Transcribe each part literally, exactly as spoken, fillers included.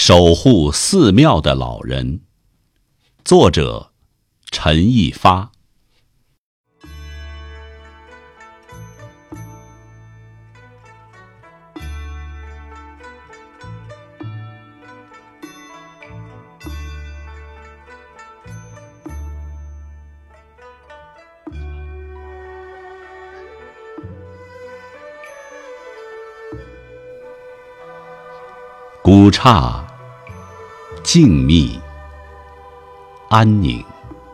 守护寺庙的老人，作者陈一发。古刹静谧安宁，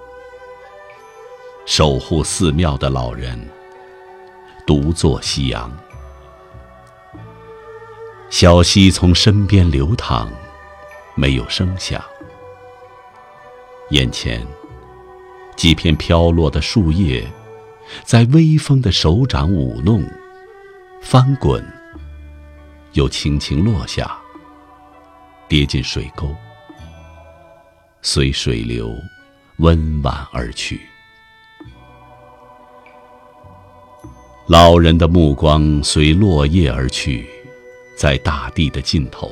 守护寺庙的老人独坐夕阳。小溪从身边流淌，没有声响。眼前几片飘落的树叶在微风的手掌舞弄翻滚，又轻轻落下，跌进水沟，随水流温婉而去。老人的目光随落叶而去，在大地的尽头。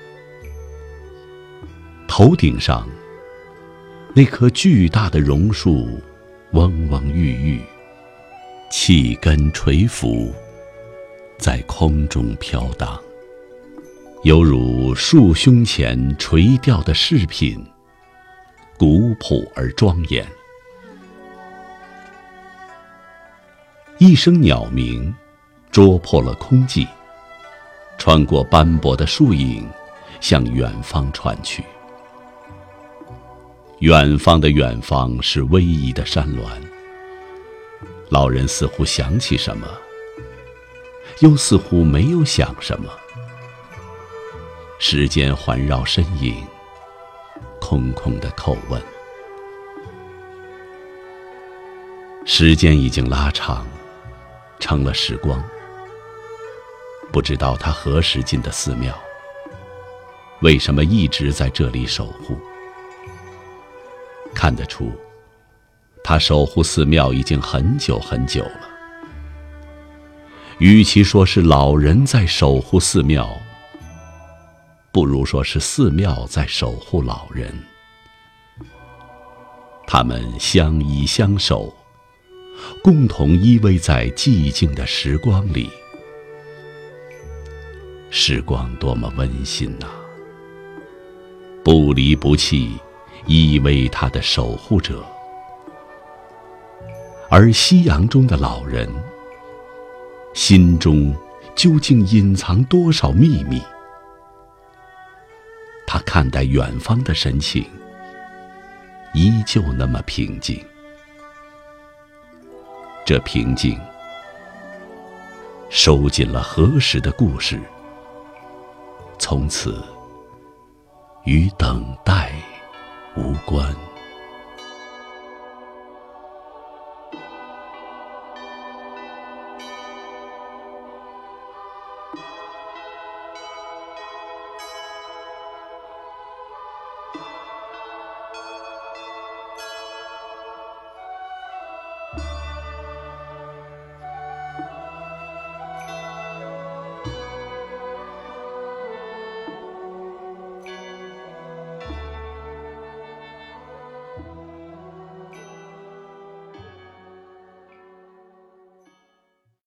头顶上那棵巨大的榕树嗡嗡郁郁，气根垂浮，在空中飘荡，犹如树胸前垂吊的饰品，古朴而庄严。一声鸟鸣啄破了空寂，穿过斑驳的树影，向远方传去。远方的远方是逶迤的山峦，老人似乎想起什么，又似乎没有想什么。时间环绕身影，空空的叩问。时间已经拉长，成了时光。不知道他何时进的寺庙，为什么一直在这里守护？看得出，他守护寺庙已经很久很久了。与其说是老人在守护寺庙，不如说是寺庙在守护老人。他们相依相守，共同依偎在寂静的时光里。时光多么温馨啊！不离不弃，依偎他的守护者。而夕阳中的老人，心中究竟隐藏多少秘密？他看待远方的神情，依旧那么平静。这平静，收紧了何时的故事，从此与等待无关。